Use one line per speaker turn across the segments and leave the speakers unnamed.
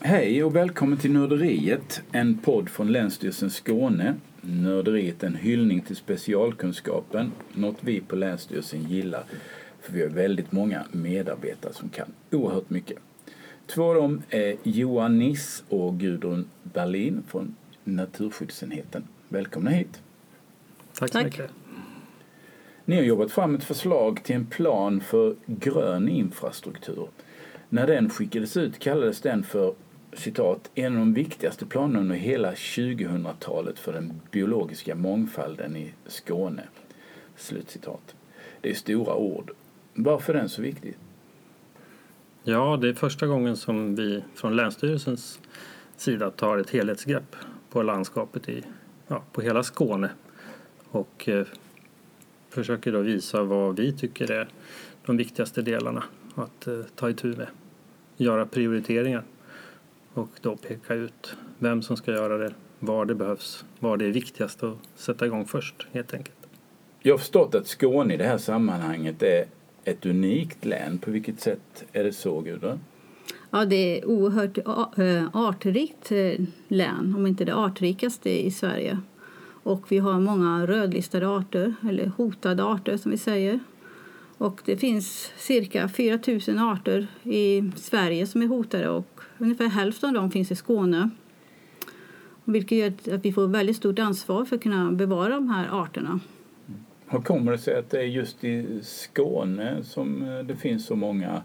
Hej och välkommen till Nörderiet, en podd från Länsstyrelsen Skåne. Nörderiet är en hyllning till specialkunskapen, något vi på Länsstyrelsen gillar, för vi har väldigt många medarbetare som kan oerhört mycket. Två av dem är Johan Niss och Gudrun Berlin från Naturskyddsenheten. Välkomna hit.
Tack så mycket.
Ni har jobbat fram ett förslag till en plan för grön infrastruktur. När den skickades ut kallades den för, citat, en av de viktigaste planerna under hela 2000-talet för den biologiska mångfalden i Skåne. Slutcitat. Det är stora ord. Varför är den så viktig?
Ja, det är första gången som vi från Länsstyrelsens sida tar ett helhetsgrepp på landskapet på hela Skåne. Och försöker då visa vad vi tycker är de viktigaste delarna att ta itu med. Göra prioriteringar och då peka ut vem som ska göra det, var det behövs, var det är viktigast att sätta igång först helt enkelt.
Jag har förstått att Skåne i det här sammanhanget är ett unikt län. På vilket sätt är det så, Gudrun?
Ja, det är oerhört artrikt län, om inte det artrikaste i Sverige. Och vi har många rödlistade arter, eller hotade arter som vi säger. Och det finns cirka 4 000 arter i Sverige som är hotade och ungefär hälften av dem finns i Skåne. Vilket gör att vi får väldigt stort ansvar för att kunna bevara de här arterna.
Hur kommer det sig att det är just i Skåne som det finns så många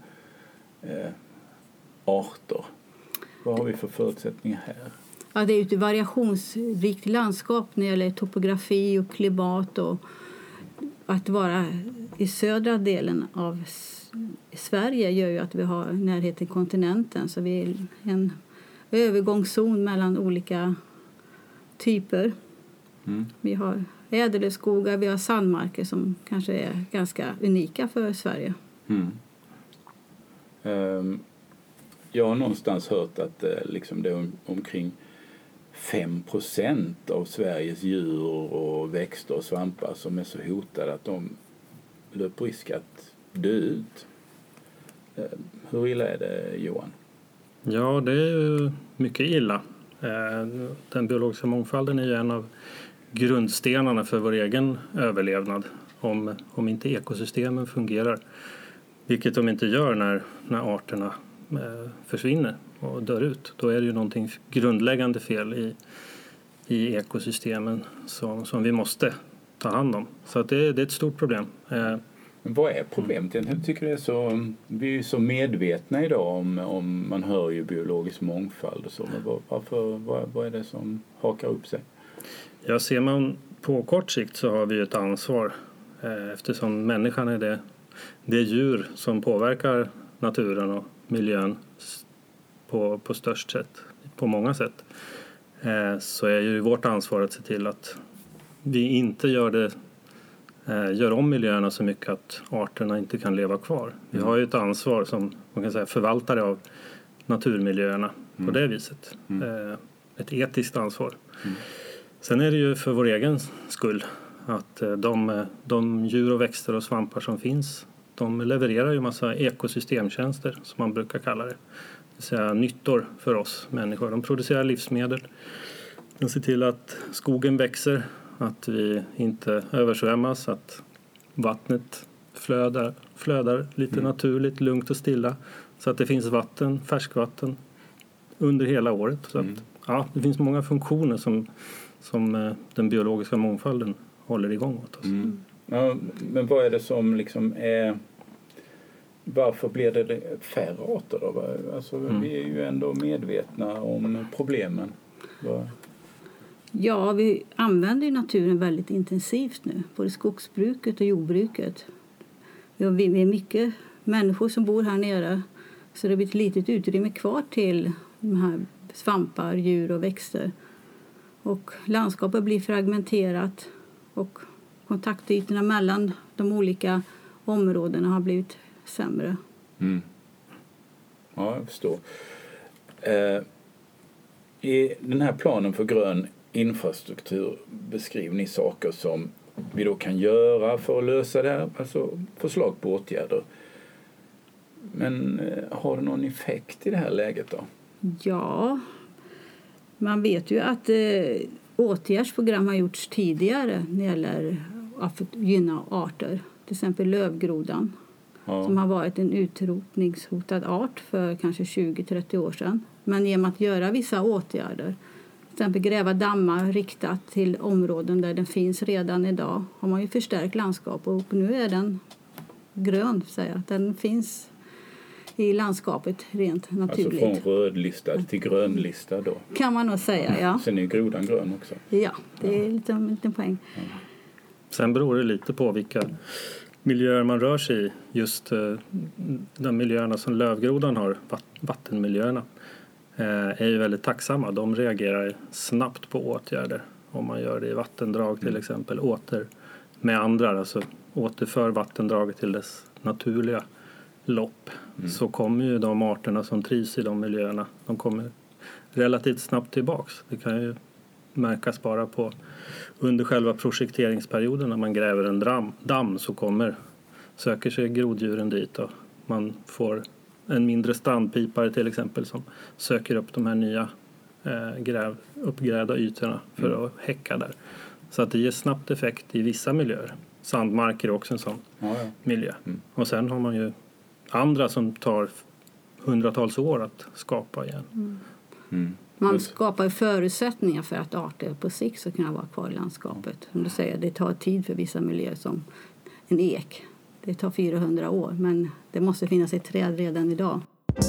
arter? Vad har vi för förutsättningar här?
Ja, det är ett variationsrikt landskap när det gäller topografi och klimat och att vara i södra delen av Sverige gör ju att vi har närhet till kontinenten. Så vi är en övergångszon mellan olika typer. Vi har ädellövskogar, vi har sandmarker som kanske är ganska unika för Sverige.
Jag har någonstans hört att det är omkring 5% av Sveriges djur och växter och svampar som är så hotade att de löper risk att dö ut. Hur illa är det, Johan?
Ja, det är ju mycket illa. Den biologiska mångfalden är ju en av grundstenarna för vår egen överlevnad. Om inte ekosystemen fungerar, vilket de inte gör när arterna försvinner och dör ut, då är det ju någonting grundläggande fel i ekosystemen som vi måste ta hand om. Så att det är ett stort problem.
Men vad är problemet? Jag tycker det är så, vi är så medvetna idag om man hör ju biologisk mångfald och så. Men vad är det som hakar upp sig?
Ja, ser man på kort sikt så har vi ett ansvar eftersom människan är det djur som påverkar naturen och miljön på störst sätt, på många sätt, så är ju vårt ansvar att se till att vi inte gör om miljöerna så mycket att arterna inte kan leva kvar. Vi har ju ett ansvar som man kan säga förvaltare av naturmiljöerna på det viset. Ett etiskt ansvar. Sen är det ju för vår egen skull att de djur och växter och svampar som finns, de levererar ju massa ekosystemtjänster som man brukar kalla det. Det vill säga nyttor för oss människor. De producerar livsmedel. De ser till att skogen växer, att vi inte översvämmas, att vattnet flödar lite naturligt, lugnt och stilla. Så att det finns färskvatten under hela året. Så att, det finns många funktioner som den biologiska mångfalden håller igång åt oss.
Ja, men vad är det som liksom är... Varför blir det färre arter då? Alltså, vi är ju ändå medvetna om problemen.
Ja, vi använder ju naturen väldigt intensivt nu. Både skogsbruket och jordbruket. Vi är mycket människor som bor här nere. Så det blir ett litet utrymme kvar till de här svampar, djur och växter. Och landskapet blir fragmenterat. Och kontaktytorna mellan de olika områdena har blivit sämre.
Ja, jag förstår. I den här planen för grön infrastruktur beskriver ni saker som vi då kan göra för att lösa det här, alltså förslag på åtgärder. Men har det någon effekt i det här läget då?
Ja, man vet ju att åtgärdsprogram har gjorts tidigare när det gäller att gynna arter. Till exempel lövgrodan som har varit en utrotningshotad art för kanske 20-30 år sedan. Men genom att göra vissa åtgärder, till exempel gräva dammar riktat till områden där den finns redan idag, har man ju förstärkt landskap och nu är den grön, säger att den finns i landskapet rent naturligt.
Alltså från rödlistad till grönlistad då?
Kan man nog säga, ja.
Sen är grodan grön också?
Ja, det är en liten poäng.
Sen beror det lite på vilka miljöer man rör sig i. Just de miljöerna som lövgrodan har, vattenmiljöerna, är ju väldigt tacksamma. De reagerar snabbt på åtgärder. Om man gör det i vattendrag till exempel, återmeandrar, alltså återför vattendraget till dess naturliga lopp, så kommer ju de arterna som trivs i de miljöerna, de kommer relativt snabbt tillbaks. Det kan ju märkas bara på under själva projekteringsperioden när man gräver en damm, så söker sig groddjuren dit och man får en mindre strandpipare till exempel som söker upp de här nya uppgrävda ytorna för att häcka där. Så att det ger snabbt effekt i vissa miljöer. Sandmarker är också en sån miljö. Och sen har man ju andra som tar hundratals år att skapa igen.
Man skapar förutsättningar för att arter på sikt ska kunna vara kvar i landskapet. Som du säger, det tar tid för vissa miljöer som en ek. Det tar 400 år, men det måste finnas ett träd redan idag.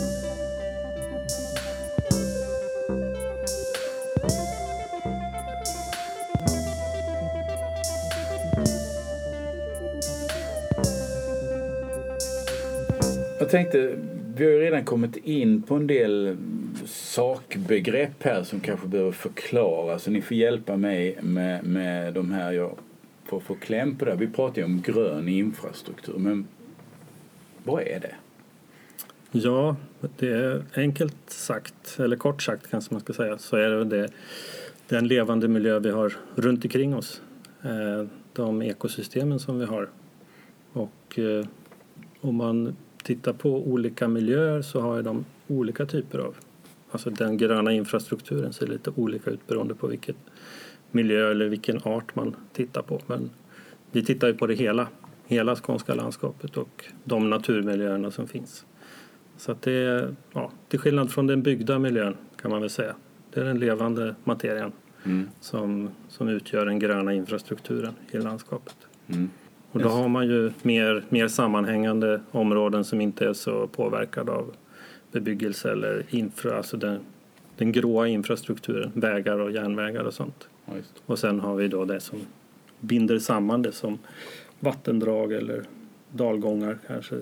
Jag tänkte, vi har ju redan kommit in på en del sakbegrepp här som kanske behöver förklaras. Så ni får hjälpa mig med de här jag får få kläm på det. Vi pratar ju om grön infrastruktur, men vad är det?
Ja, det är enkelt sagt, eller kort sagt kanske man ska säga, så är det den levande miljö vi har runt omkring oss. De ekosystemen som vi har. Och om man tittar på olika miljöer så har de olika typer av, alltså den gröna infrastrukturen ser lite olika ut beroende på vilket miljö eller vilken art man tittar på. Men vi tittar ju på det hela skånska landskapet och de naturmiljöerna som finns. Så att det är, till skillnad från den byggda miljön kan man väl säga. Det är den levande materien som utgör den gröna infrastrukturen i landskapet. Och då har man ju mer sammanhängande områden som inte är så påverkade av bebyggelse eller alltså den gråa infrastrukturen, vägar och järnvägar och sånt.
Ja, just.
Och sen har vi då det som binder samman det som vattendrag eller dalgångar kanske.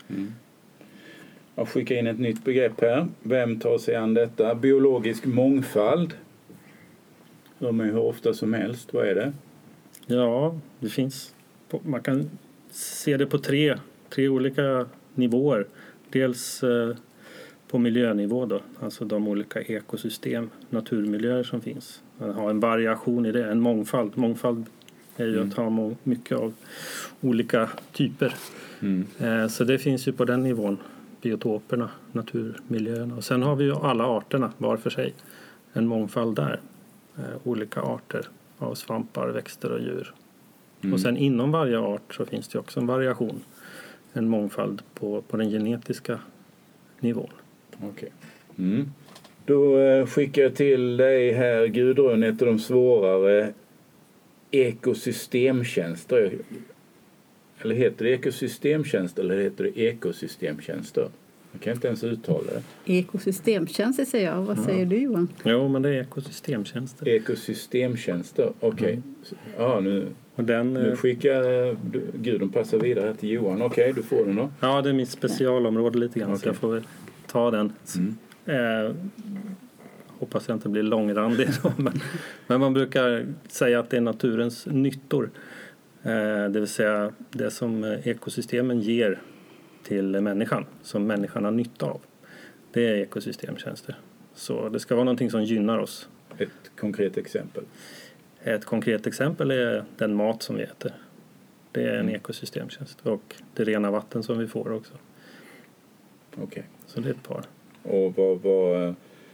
Jag skickar in ett nytt begrepp här. Vem tar sig an detta? Biologisk mångfald. Hur ofta som helst. Vad är det?
Ja, det finns. Man kan se det på tre olika nivåer. Dels på miljönivå då, alltså de olika ekosystem, naturmiljöer som finns. Man har en variation i det, en mångfald. Mångfald är ju att ha mycket av olika typer. Så det finns ju på den nivån, biotoperna, naturmiljöerna. Och sen har vi ju alla arterna var för sig, en mångfald där. Olika arter av svampar, växter och djur. Och sen inom varje art så finns det också en variation, en mångfald på den genetiska nivån.
Okej. Då skickar jag till dig här, Gudrun, ett av de svårare ekosystemtjänster. Eller heter det ekosystemtjänster eller heter det ekosystemtjänster? Jag kan inte ens uttala det.
Ekosystemtjänster säger jag. Vad säger du, Johan?
Jo, men det är ekosystemtjänster.
Ekosystemtjänster, okej. Ja, nu skickar Gudrun passar vidare här till Johan. Okej, du får den då.
Ja, det är mitt specialområde lite grann, så jag får väl ta den. Hoppas jag inte blir långrandig då, men man brukar säga att det är naturens nyttor. Det vill säga det som ekosystemen ger till människan, som människan har nytta av. Det är ekosystemtjänster. Så det ska vara någonting som gynnar oss.
Ett konkret exempel?
Ett konkret exempel är den mat som vi äter. Det är en ekosystemtjänst. Och det rena vatten som vi får också.
Okej.
Så det är ett par.
Och vad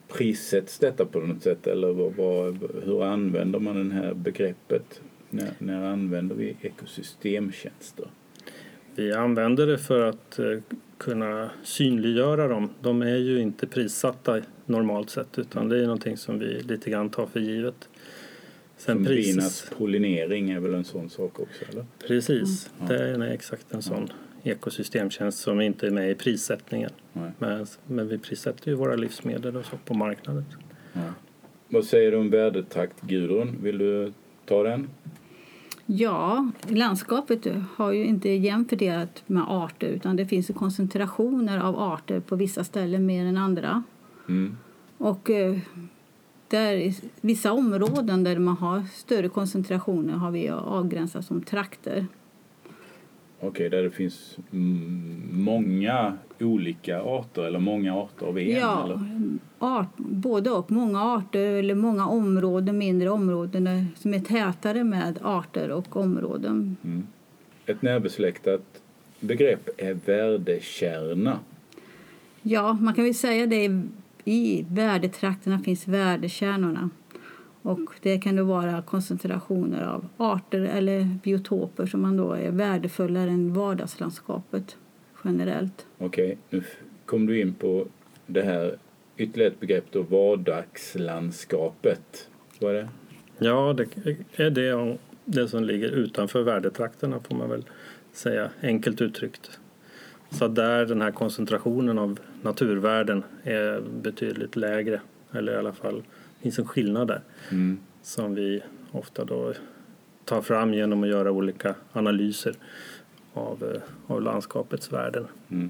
prissätts detta på något sätt? Eller hur använder man det här begreppet? När använder vi ekosystemtjänster?
Vi använder det för att kunna synliggöra dem. De är ju inte prissatta normalt sett, utan det är någonting som vi lite grann tar för givet.
Sen binas pollinering är väl en sån sak också, eller?
Precis, det är exakt en sån ekosystemtjänst som inte är med i prissättningen. Men vi prissätter ju våra livsmedel och så på marknaden.
Ja. Vad säger du om värdetrakt, Gudrun? Vill du ta den?
Ja, landskapet har ju inte jämnt fördelat med arter, utan det finns koncentrationer av arter på vissa ställen mer än andra. Och där vissa områden där man har större koncentrationer har vi avgränsat som trakter.
Okej, där det finns många olika arter eller många arter av en?
Ja,
eller?
Både och. Många arter eller många områden, mindre områden som är tätare med arter och områden.
Ett närbesläktat begrepp är värdekärna.
Ja, man kan väl säga det. I värdetrakterna finns värdekärnorna. Och det kan då vara koncentrationer av arter eller biotoper som man då är värdefullare än vardagslandskapet generellt.
Okej, nu kom du in på det här ytterligare ett begrepp då, vardagslandskapet. Vad är det?
Ja, det är det som ligger utanför värdetrakterna, får man väl säga, enkelt uttryckt. Så där den här koncentrationen av naturvärden är betydligt lägre, eller i alla fall finns en skillnad där som vi ofta då tar fram genom att göra olika analyser av landskapets värden.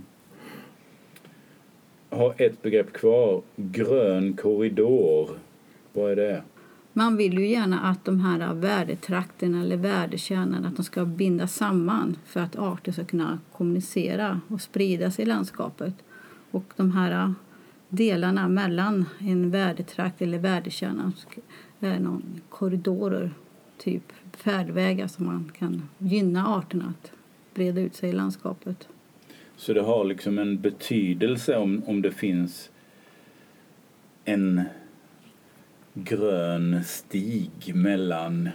Jag har ett begrepp kvar, grön korridor. Vad är det?
Man vill ju gärna att de här värdetrakterna eller värdekärnorna att de ska bindas samman för att arter ska kunna kommunicera och sprida sig i landskapet. Och de här delarna mellan en värdetrakt eller värdekärna är någon korridorer, typ färdvägar som man kan gynna arterna att breda ut sig i landskapet.
Så det har liksom en betydelse om det finns en grön stig mellan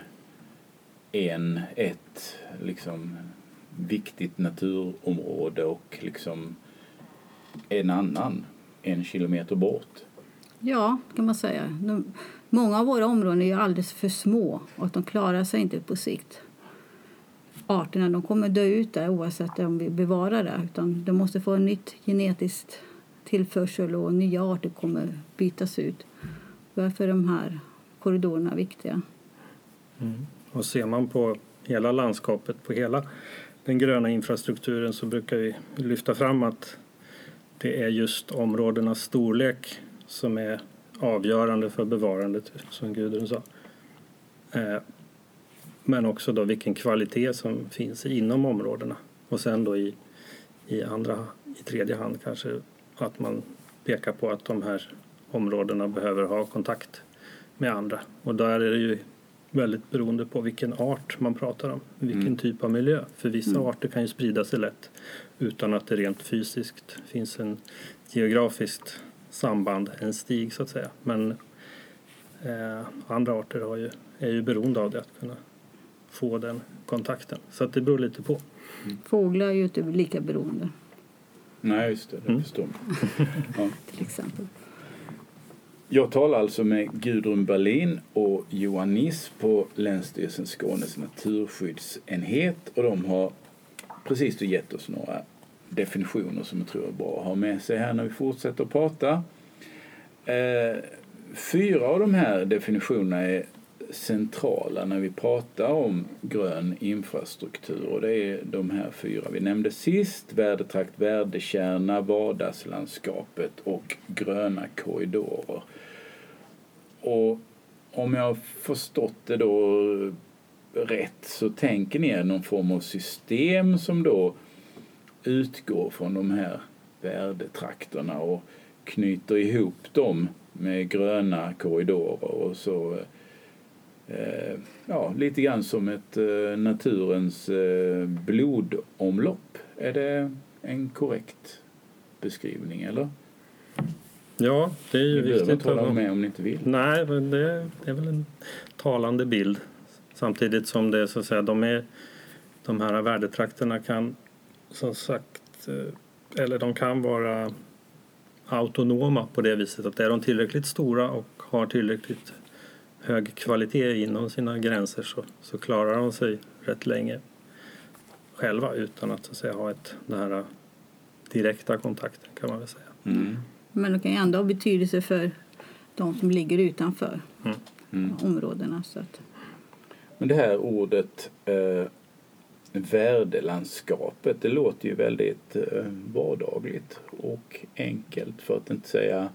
ett liksom viktigt naturområde och liksom en annan 1 kilometer bort.
Ja, kan man säga. Många av våra områden är ju alldeles för små och de klarar sig inte på sikt. Arterna de kommer dö ut där oavsett om vi bevarar det, utan de måste få en nytt genetiskt tillförsel och nya arter kommer bytas ut. Därför är de här korridorerna viktiga.
Och ser man på hela landskapet, på hela den gröna infrastrukturen, så brukar vi lyfta fram att det är just områdenas storlek som är avgörande för bevarandet, som Gudrun sa. Men också då vilken kvalitet som finns inom områdena. Och sen då i tredje hand kanske att man pekar på att de här områdena behöver ha kontakt med andra. Och där är det ju väldigt beroende på vilken art man pratar om. Vilken typ av miljö. För vissa arter kan ju sprida sig lätt utan att det rent fysiskt finns en geografiskt samband, en stig så att säga. Men andra arter är ju beroende av det, att kunna få den kontakten. Så att det beror lite på.
Fåglar är ju inte lika beroende.
Nej, just det förstår man. Ja.
Till exempel.
Jag talar alltså med Gudrun Berlin och Johan Niss på Länsstyrelsen Skånes naturskyddsenhet, och de har precis gett oss några definitioner som jag tror är bra att ha med sig här när vi fortsätter att prata. 4 av de här definitionerna är centrala när vi pratar om grön infrastruktur, och det är de här 4 vi nämnde sist: värdetrakt, värdekärna, vardagslandskapet och gröna korridorer. Och om jag har förstått det då rätt, så tänker ni er någon form av system som då utgår från de här värdetrakterna och knyter ihop dem med gröna korridorer, och så lite grann som ett naturens blodomlopp. Är det en korrekt beskrivning, eller?
Ja, det är ju
Ni
viktigt.
Ni behöver inte hålla med om ni inte vill.
Nej, men det är väl en talande bild. Samtidigt som det så att säga, de här värdetrakterna kan som sagt, eller de kan vara autonoma på det viset att är de tillräckligt stora och har tillräckligt hög kvalitet inom sina gränser så klarar de sig rätt länge själva utan att, så att säga, ha den här direkta kontakten, kan man väl säga.
Mm.
Men det kan ju ändå ha betydelse för de som ligger utanför områdena. Så att.
Men det här ordet värdelandskapet, det låter ju väldigt vardagligt och enkelt, för att inte säga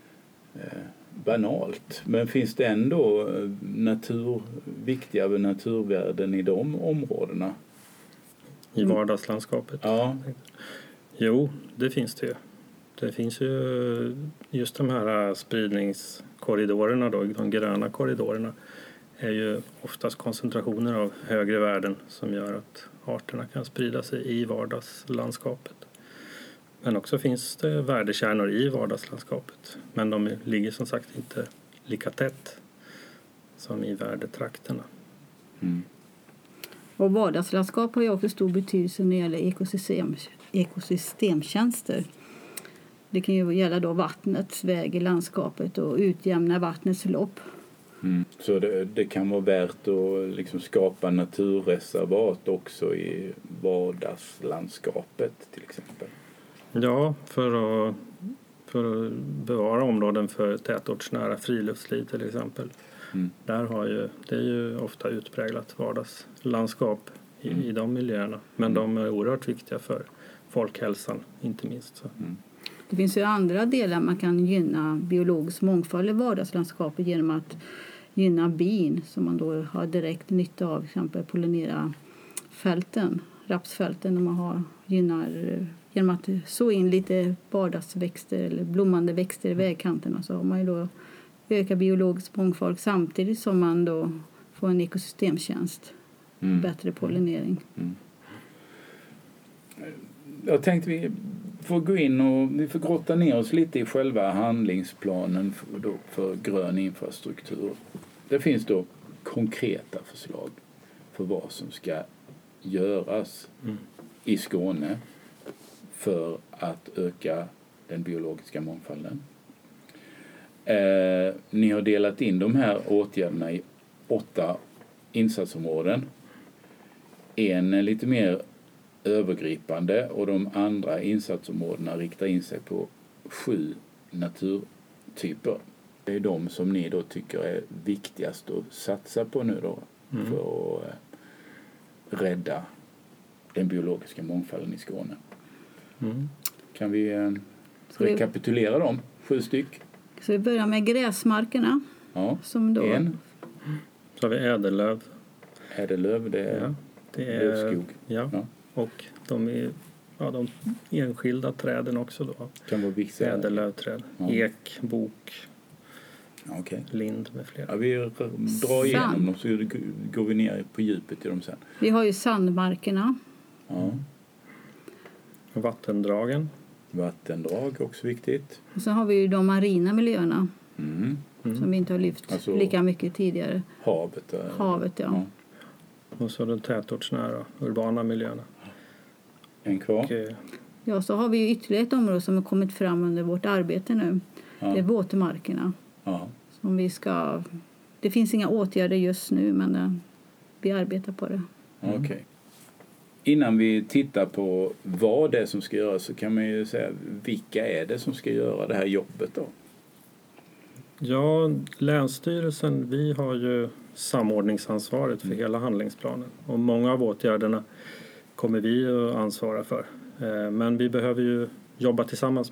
banalt. Men finns det ändå viktiga naturvärden i de områdena?
I vardagslandskapet?
Ja.
Jo, det finns det ju. Det finns ju just de här spridningskorridorerna då, de gröna korridorerna är ju oftast koncentrationer av högre värden som gör att arterna kan sprida sig i vardagslandskapet. Men också finns det värdekärnor i vardagslandskapet, men de ligger som sagt inte lika tätt som i värdetrakterna.
Mm.
Och vardagslandskap har ju också stor betydelse när det gäller ekosystemtjänster. Det kan ju gälla då vattnets väg i landskapet och utjämna vattnets lopp.
Mm. Så det kan vara värt att liksom skapa naturreservat också i vardagslandskapet till exempel.
Ja, för att bevara områden för tätortsnära friluftsliv till exempel.
Mm.
Det är ju ofta utpräglat vardagslandskap i de miljöerna. Men de är oerhört viktiga för folkhälsan, inte minst. Så.
Mm.
Det finns ju andra delar man kan gynna biologisk mångfald i vardagslandskapet genom att gynna bin som man då har direkt nytta av, till exempel pollinera fälten, rapsfälten, och man gynnar genom att så in lite vardagsväxter eller blommande växter i vägkanterna, så har man ju då ökat biologisk mångfald samtidigt som man då får en ekosystemtjänst, bättre pollinering.
Mm. Jag tänkte vi får gå in och vi får grotta ner oss lite i själva handlingsplanen för grön infrastruktur. Det finns då konkreta förslag för vad som ska göras i Skåne för att öka den biologiska mångfalden. Ni har delat in de här åtgärderna i 8 insatsområden. En är lite mer övergripande och de andra insatsområdena riktar in sig på 7 naturtyper. Det är de som ni då tycker är viktigast att satsa på nu då för att rädda den biologiska mångfalden i Skåne. Mm. Kan vi rekapitulera dem? 7 styck.
Så vi börjar med gräsmarkerna.
Ja,
som då...
Så har vi ädellöv.
Ädellöv, det är lövskog.
Ja. Och de enskilda träden också då.
Kan vara vissa
ädellövträd. Ja. Ek, bok, lind med flera.
Ja, vi drar igenom dem så går vi ner på djupet i dem sen.
Vi har ju sandmarkerna.
Ja.
Vattendragen.
Vattendrag också viktigt.
Och så har vi ju de marina miljöerna. Som vi inte har lyft lika mycket tidigare. Havet, ja.
Och så de tätortsnära, urbana miljöerna.
En kvar.
Ja, så har vi ju ytterligare ett område som har kommit fram under vårt arbete nu. Ja. Det är våtmarkerna. Ja. Som vi ska... Det finns inga åtgärder just nu, men vi arbetar på det.
Okej. Innan vi tittar på vad det är som ska göras så kan man ju säga vilka är det som ska göra det här jobbet då?
Ja, Länsstyrelsen, vi har ju samordningsansvaret för hela handlingsplanen. Och många av åtgärderna kommer vi att ansvara för. Men vi behöver ju jobba tillsammans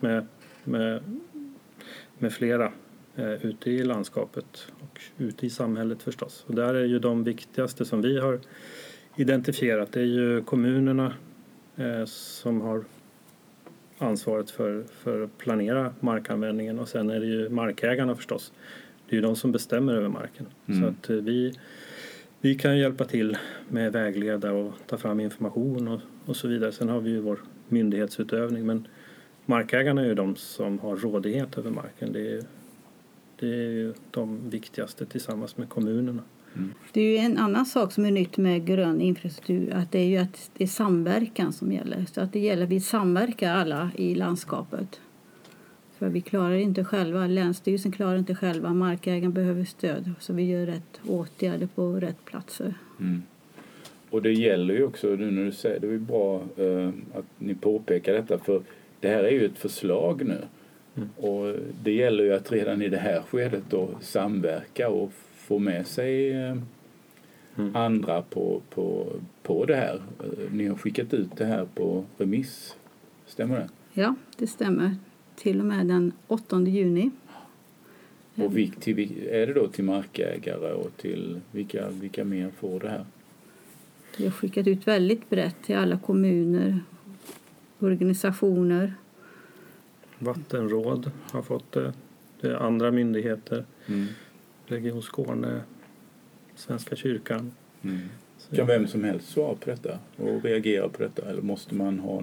med flera ute i landskapet och ute i samhället förstås. Och där är ju de viktigaste som vi har identifierat. Det är ju kommunerna som har ansvaret för att planera markanvändningen, och sen är det ju markägarna förstås. Det är ju de som bestämmer över marken. Så att vi kan hjälpa till med vägleda och ta fram information och så vidare. Sen har vi ju vår myndighetsutövning, men markägarna är ju de som har rådighet över marken. Det är ju de viktigaste tillsammans med kommunerna.
Det är ju en annan sak som är nytt med grön infrastruktur, att det är ju att det är samverkan som gäller. Så att det gäller att vi samverkar alla i landskapet. För vi klarar inte själva, Länsstyrelsen klarar inte själva, markägaren behöver stöd. Så vi gör rätt åtgärder på rätt platser.
Mm. Och det gäller ju också, nu när du säger det är bra att ni påpekar detta, för det här är ju ett förslag nu. Och det gäller ju att redan i det här skedet då samverka och få med sig andra på det här. Ni har skickat ut det här på remiss, stämmer det?
Ja, det stämmer. Till och med den 8 juni.
Och är det då till markägare och till vilka mer får det här?
Vi har skickat ut väldigt brett till alla kommuner, organisationer.
Vattenråd har fått det. Det är andra myndigheter. Region Skåne, Svenska kyrkan.
Kan vem som helst svara på detta och reagera på detta? Eller måste man ha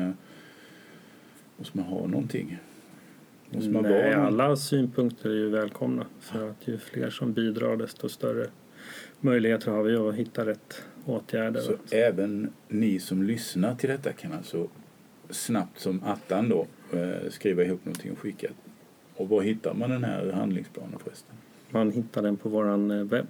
någonting?
Nej, alla synpunkter är ju välkomna. För att ju fler som bidrar desto större möjligheter har vi att hitta rätt åtgärder.
Så även ni som lyssnar till detta kan alltså snabbt som attan då skriva ihop någonting och skicka. Och var hittar man den här handlingsplanen förresten?
Man hittar den på våran webb.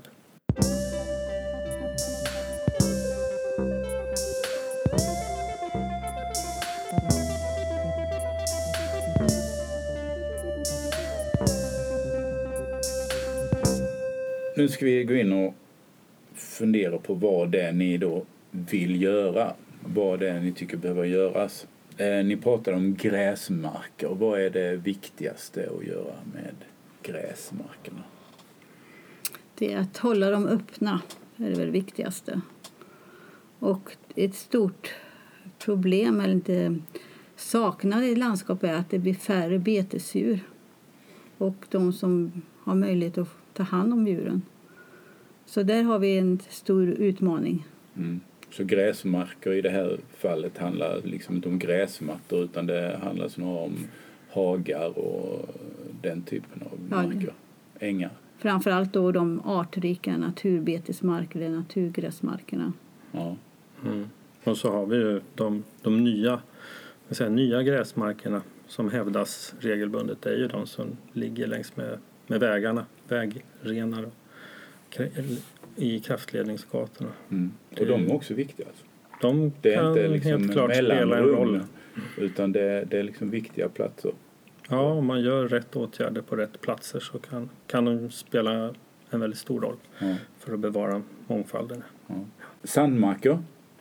Nu ska vi gå in och fundera på vad det är ni då vill göra. Vad det är ni tycker behöver göras. Ni pratar om gräsmarker. Vad är det viktigaste att göra med gräsmarkerna?
Det är att hålla dem öppna. Det är det väl viktigaste. Och ett stort problem eller inte saknad i landskapet är att det blir färre betesdjur. Och de som har möjlighet att ta hand om djuren. Så där har vi en stor utmaning.
Så gräsmarker i det här fallet handlar liksom inte om gräsmattor utan det handlar snarare om hagar och den typen av marker, ängar. Framförallt
då de artrika naturbetesmarker eller naturgräsmarkerna.
Ja.
Och så har vi ju de nya gräsmarkerna som hävdas regelbundet. Det är ju de som ligger längs med vägarna, vägrenar i kraftledningsgatorna.
Och de är också viktiga alltså.
De
det är
kan
inte liksom
helt klart spela en roll.
Utan det är liksom viktiga platser.
Ja, om man gör rätt åtgärder på rätt platser så kan de spela en väldigt stor roll för att bevara mångfalden.
Ja. Sandmarker?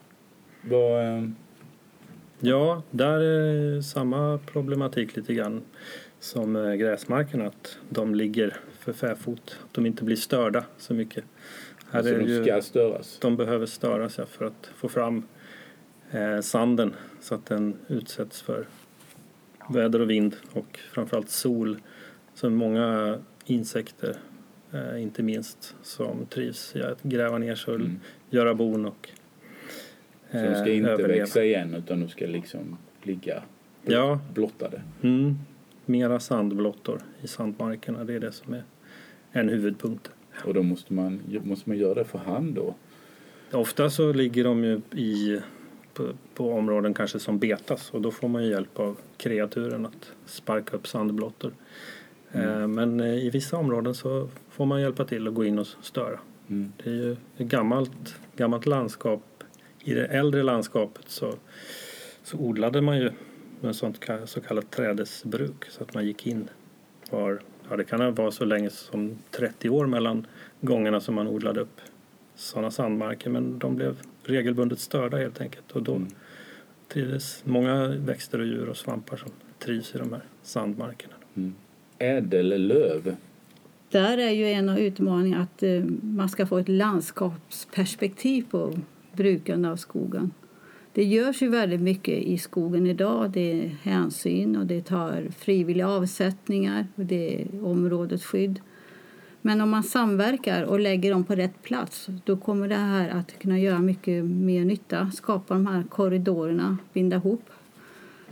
Ja, där är samma problematik lite grann som gräsmarkerna. Att de ligger för fäfot. Att de inte blir störda så mycket.
Här är de ska störas?
De behöver störas för att få fram sanden så att den utsätts för väder och vind och framförallt sol. Så många insekter, inte minst, som trivs i att gräva ner sig, göra bon och
så de ska inte växa igen utan de ska liksom ligga blottade?
Mera sandblottor i sandmarkerna, det är det som är en huvudpunkt.
Och då måste man göra det för hand då?
Ofta så ligger de ju på områden kanske som betas och då får man ju hjälp av kreaturen att sparka upp sandblottor. Men i vissa områden så får man hjälpa till att gå in och störa. Det är ju ett gammalt landskap. I det äldre landskapet så odlade man ju med sånt så kallat trädesbruk så att man gick in det kan vara så länge som 30 år mellan gångerna som man odlade upp sådana sandmarker, men de blev regelbundet störda helt enkelt och då trivdes många växter och djur och svampar som trivs i de här sandmarkerna.
Ädellöv.
Där är ju en av utmaningarna att man ska få ett landskapsperspektiv på brukande av skogen. Det görs ju väldigt mycket i skogen idag. Det är hänsyn och det tar frivilliga avsättningar och det är områdesskydd. Men om man samverkar och lägger dem på rätt plats då kommer det här att kunna göra mycket mer nytta. Skapa de här korridorerna, binda ihop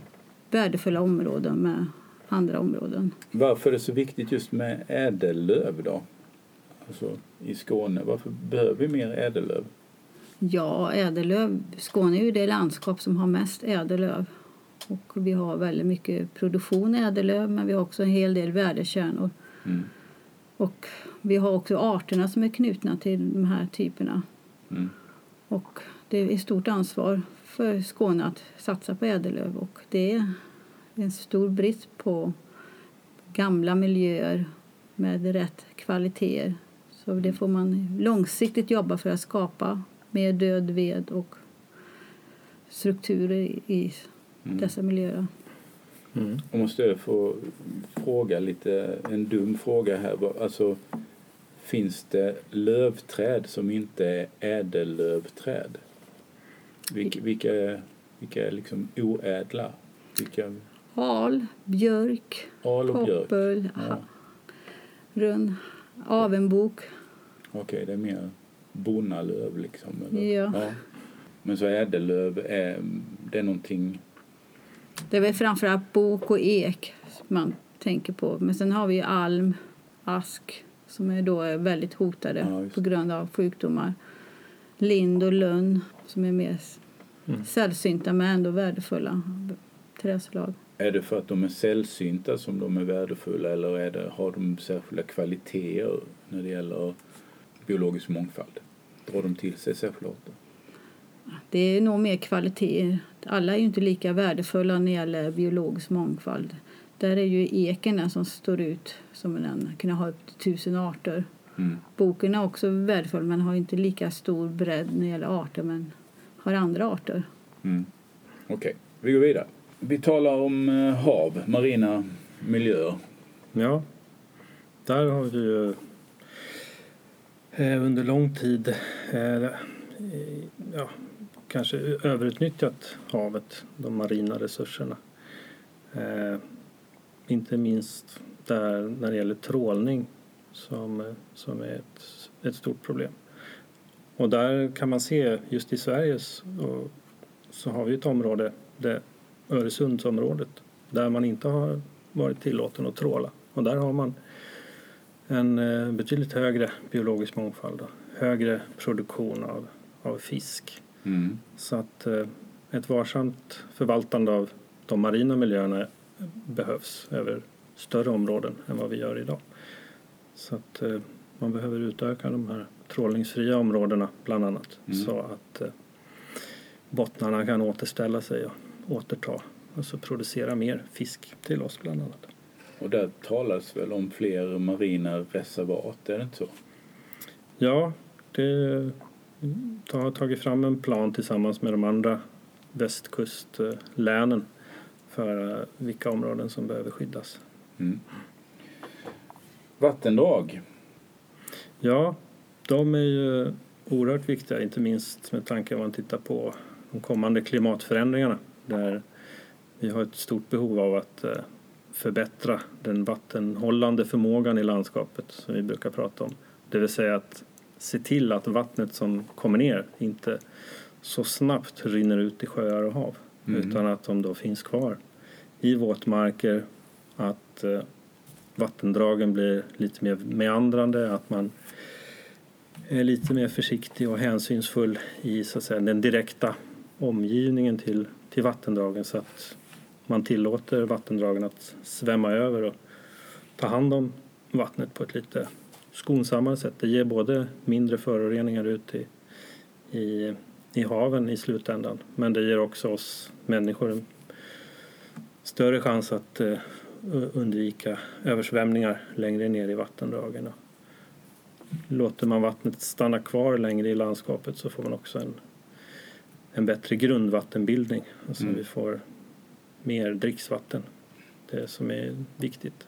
värdefulla områden med andra områden.
Varför är det så viktigt just med ädellöv då? Alltså i Skåne, varför behöver vi mer ädellöv?
Ja, ädellöv. Skåne är ju det landskap som har mest ädellöv. Och vi har väldigt mycket produktion ädellöv, men vi har också en hel del värdekärnor.
Mm.
Och vi har också arterna som är knutna till de här typerna.
Mm.
Och det är ett stort ansvar för Skåne att satsa på ädellöv. Och det är en stor brist på gamla miljöer med rätt kvaliteter. Så det får man långsiktigt jobba för att skapa mer död ved och strukturer i dessa miljöer.
Mm. Jag måste få fråga en dum fråga här. Alltså, finns det lövträd som inte är ädellövträd? Vilka är liksom oädla?
Al, björk, koppel, rönn, avenbok.
Okej, det är mer bonalöv liksom. Eller?
Ja.
Men så ädellöv det är någonting...
Det är väl framförallt bok och ek man tänker på. Men sen har vi ju alm, ask som är väldigt hotade på grund av sjukdomar. Lind och lönn som är mer sällsynta men ändå värdefulla trädslag.
Är det för att de är sällsynta som de är värdefulla eller har de särskilda kvaliteter när det gäller biologisk mångfald? Drar de till sig särskilda arter?
Det är nog mer kvaliteter. Alla är ju inte lika värdefulla när det gäller biologisk mångfald. Där är ju eken den som står ut som den kan ha upp till 1000 arter. Mm. Boken är också värdefull men har inte lika stor bredd när det gäller arter men har andra arter.
Mm. Okej, vi går vidare. Vi talar om hav, marina miljöer.
Ja, där har vi ju under lång tid kanske överutnyttjat havet, de marina resurserna. Inte minst där när det gäller trålning som är ett stort problem. Och där kan man se just i Sverige så har vi ett område, det Öresundsområdet, där man inte har varit tillåten att tråla. Och där har man en betydligt högre biologisk mångfald och högre produktion av fisk. Mm. Så att ett varsamt förvaltande av de marina miljöerna behövs över större områden än vad vi gör idag. Så att man behöver utöka de här trålningsfria områdena bland annat så att bottnarna kan återställa sig och återta, alltså producera mer fisk till oss bland annat.
Och där talas väl om fler marina reservat, är det inte så?
Ja, det har tagit fram en plan tillsammans med de andra västkustlänen för vilka områden som behöver skyddas. Mm.
Vattendrag?
Ja, de är ju oerhört viktiga, inte minst med tanke på att man tittar på de kommande klimatförändringarna där vi har ett stort behov av att förbättra den vattenhållande förmågan i landskapet som vi brukar prata om. Det vill säga att se till att vattnet som kommer ner inte så snabbt rinner ut i sjöar och hav utan att de då finns kvar i våtmarker, att vattendragen blir lite mer meandrande, att man är lite mer försiktig och hänsynsfull i så att säga, den direkta omgivningen till vattendragen så att man tillåter vattendragen att svämma över och ta hand om vattnet på ett lite skonsammare sätt. Det ger både mindre föroreningar ut i haven i slutändan, men det ger också oss människor en större chans att undvika översvämningar längre ner i vattendragen. Låter man vattnet stanna kvar längre i landskapet så får man också en bättre grundvattenbildning. Alltså vi får mer dricksvatten. Det som är viktigt.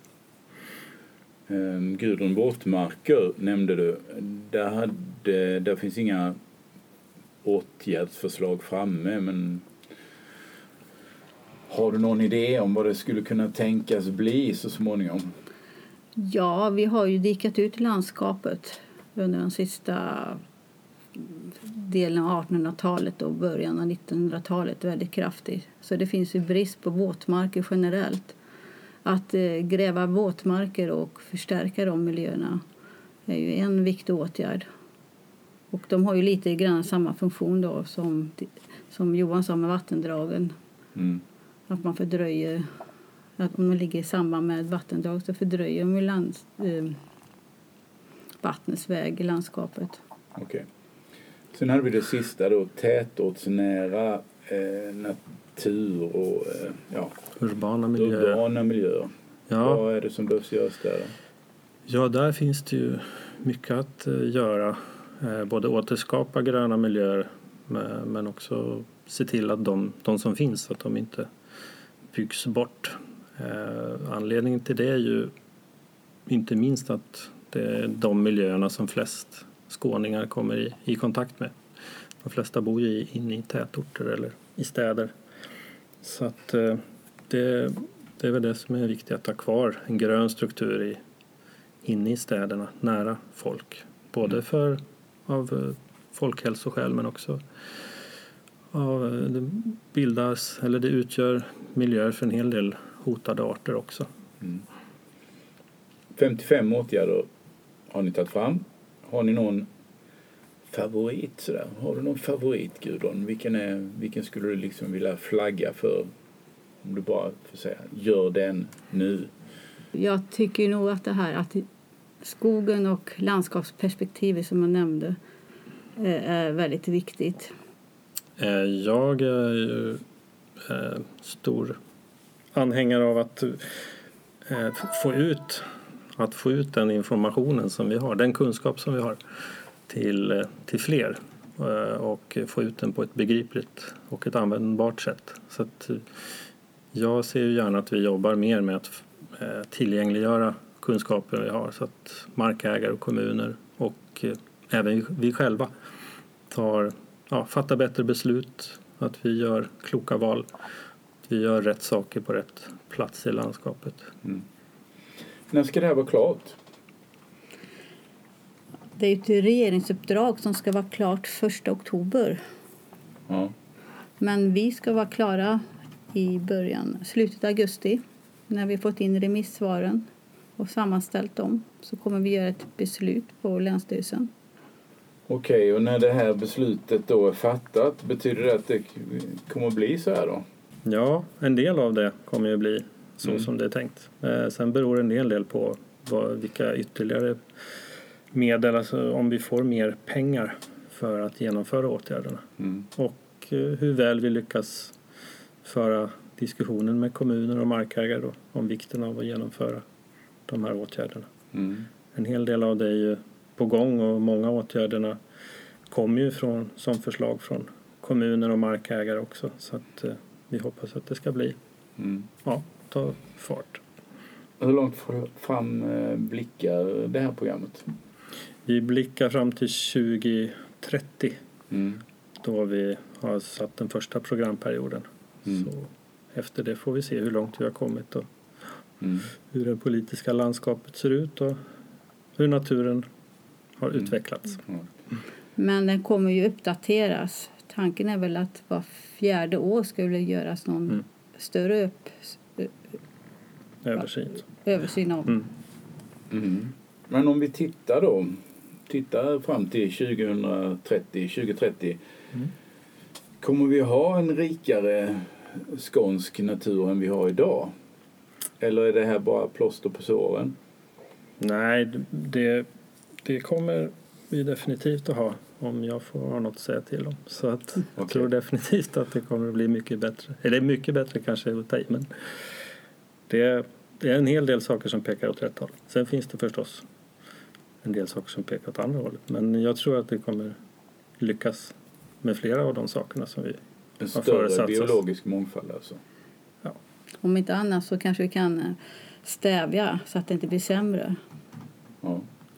Gudrun våtmarker nämnde du. Där finns inga åtgärdsförslag framme, men har du någon idé om vad det skulle kunna tänkas bli så småningom?
Ja, vi har ju dikat ut landskapet under de sista delen av 1800-talet och början av 1900-talet väldigt kraftigt. Så det finns ju brist på våtmarker generellt. Att gräva våtmarker och förstärka de miljöerna är ju en viktig åtgärd. Och de har ju lite grann samma funktion då som Johan sa med vattendragen.
Mm.
Att man fördröjer, att om de ligger i samband med vattendrag så fördröjer de vattnets väg i landskapet.
Okej. Sen hade vi det sista då, tätortsnära natur och
Urbana miljöer. Ja.
Vad är det som behövs göras där då?
Ja, där finns det ju mycket att göra. Både återskapa gröna miljöer men också se till att de som finns att de inte byggs bort. Anledningen till det är ju inte minst att det är de miljöerna som flest skåningar kommer i kontakt med. De flesta bor ju inne i tätorter eller i städer. Så att det är väl det som är viktigt, att ha kvar en grön struktur inne i städerna, nära folk. Både av folkhälsoskäl men också det utgör miljöer för en hel del hotade arter också.
55 åtgärder har ni tagit fram. Har ni någon favorit sådär? Har du någon favorit, Gudrun? Vilken skulle du liksom vilja flagga för? Om du bara får säga, gör den nu.
Jag tycker nog att det här att skogen och landskapsperspektivet som jag nämnde är väldigt viktigt.
Jag är ju stor anhängare av att få ut den informationen som vi har, den kunskap som vi har till fler och få ut den på ett begripligt och ett användbart sätt. Så att jag ser ju gärna att vi jobbar mer med att tillgängliggöra kunskapen vi har så att markägare och kommuner och även vi själva fattar bättre beslut, att vi gör kloka val, att vi gör rätt saker på rätt plats i landskapet.
När ska det här vara klart?
Det är ett regeringsuppdrag som ska vara klart 1 oktober.
Ja.
Men vi ska vara klara i slutet av augusti när vi fått in remissvaren och sammanställt dem. Så kommer vi göra ett beslut på Länsstyrelsen.
Okej, och när det här beslutet då är fattat, betyder det att det kommer att bli så här då?
Ja, en del av det kommer ju bli så som det är tänkt. Sen beror en del på vilka ytterligare medel, alltså om vi får mer pengar för att genomföra åtgärderna. Och hur väl vi lyckas föra diskussionen med kommuner och markägare då, om vikten av att genomföra de här åtgärderna. En hel del av det är ju på gång och många åtgärderna kommer ju som förslag från kommuner och markägare också. Så att vi hoppas att det ska bli ta fart.
Hur långt fram blickar det här programmet?
Vi blickar fram till 2030 då vi har satt den första programperioden. Så efter det får vi se hur långt vi har kommit och hur det politiska landskapet ser ut och hur naturen har utvecklats.
Men den kommer ju uppdateras. Tanken är väl att var 4:e år skulle göras någon större översyn av.
Men om vi tittar fram till 2030, kommer vi ha en rikare skånsk natur än vi har idag? Eller är det här bara plåster på såren?
Nej, det kommer vi definitivt att ha om jag får ha något att säga till om. Så att jag tror definitivt att det kommer att bli mycket bättre. Eller mycket bättre kanske att ta i, men det är en hel del saker som pekar åt rätt håll. Sen finns det förstås en del saker som pekar åt andra hållet. Men jag tror att det kommer lyckas med flera av de sakerna som vi
har
föresatt.
En större biologisk mångfald alltså.
Ja.
Om inte annat så kanske vi kan stävja så att det inte blir sämre.
Ja.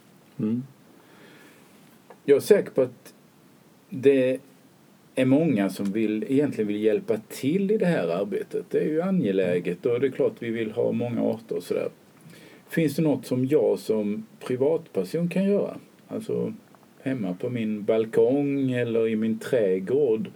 Jag är säker på att det är många som egentligen vill hjälpa till i det här arbetet. Det är ju angeläget och det är klart vi vill ha många arter och sådär. Finns det något som jag som privatperson kan göra? Alltså hemma på min balkong eller i min trädgård.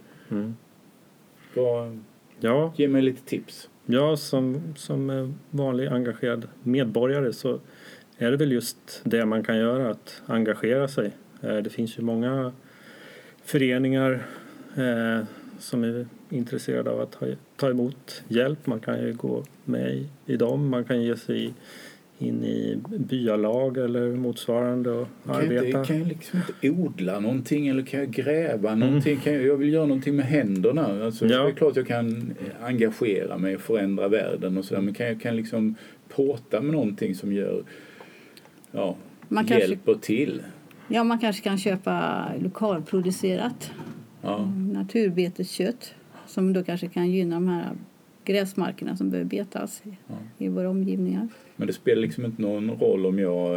Ja.
Ge mig lite tips.
Ja, som vanlig engagerad medborgare så är det väl just det man kan göra, att engagera sig. Det finns ju många föreningar som är intresserade av att ta emot hjälp. Man kan ju gå med i dem, man kan ge sig in i byalag eller motsvarande och arbeta.
Kan jag liksom inte odla någonting eller kan jag gräva någonting? Jag vill göra någonting med händerna. Alltså, det är klart jag kan engagera mig och förändra världen och sådär. Men kan jag liksom påta med någonting som gör hjälper till? Ja,
man kanske kan köpa lokalproducerat naturbeteskött som då kanske kan gynna de här gräsmarkerna som behöver betas i våra omgivningar.
Men det spelar liksom inte någon roll om jag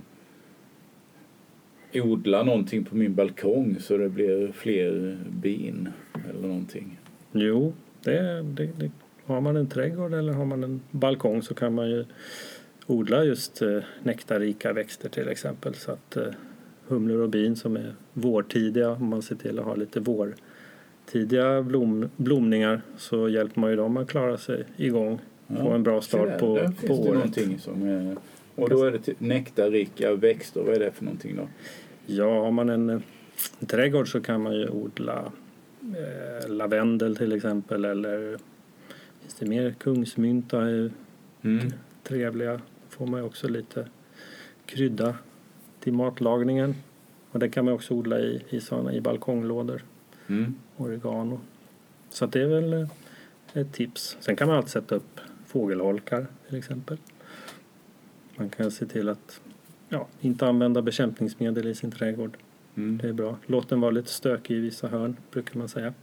odlar någonting på min balkong så det blir fler bin eller någonting.
Jo, det har man en trädgård eller har man en balkong så kan man ju odla just nektarrika växter till exempel. Så att humlor och bin som är vårtidiga, om man ser till att ha lite vårtidiga blomningar så hjälper man ju dem att klara sig igång. Få en bra start på året.
Det någonting som är, och då är det nektarrika växter. Vad är det för någonting då?
Ja, har man en trädgård så kan man ju odla lavendel till exempel. Eller finns det mer kungsmynta är trevliga. Får man ju också lite krydda till matlagningen. Och det kan man också odla i balkonglådor. Oregano. Så att det är väl ett tips. Sen kan man alltid sätta upp fågelholkar till exempel. Man kan se till att inte använda bekämpningsmedel i sin trädgård. Det är bra. Låt den vara lite stökig i vissa hörn, brukar man säga.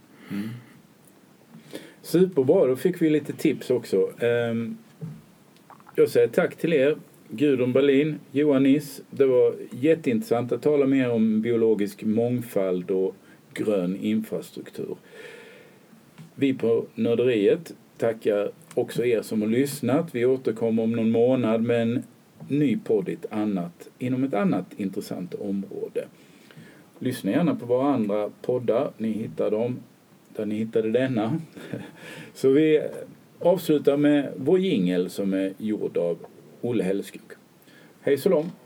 Superbra, då fick vi lite tips också. Jag säger tack till er, Gudrun Berlin, Johan Niss. Det var jätteintressant att tala mer om biologisk mångfald och grön infrastruktur. Vi på Nörderiet tackar också er som har lyssnat. Vi återkommer om någon månad med en ny podd inom ett annat intressant område. Lyssna gärna på våra andra poddar. Ni hittar dem där ni hittade denna. Så vi avslutar med vår jingle som är gjord av Olle Hellskog. Hej så långt!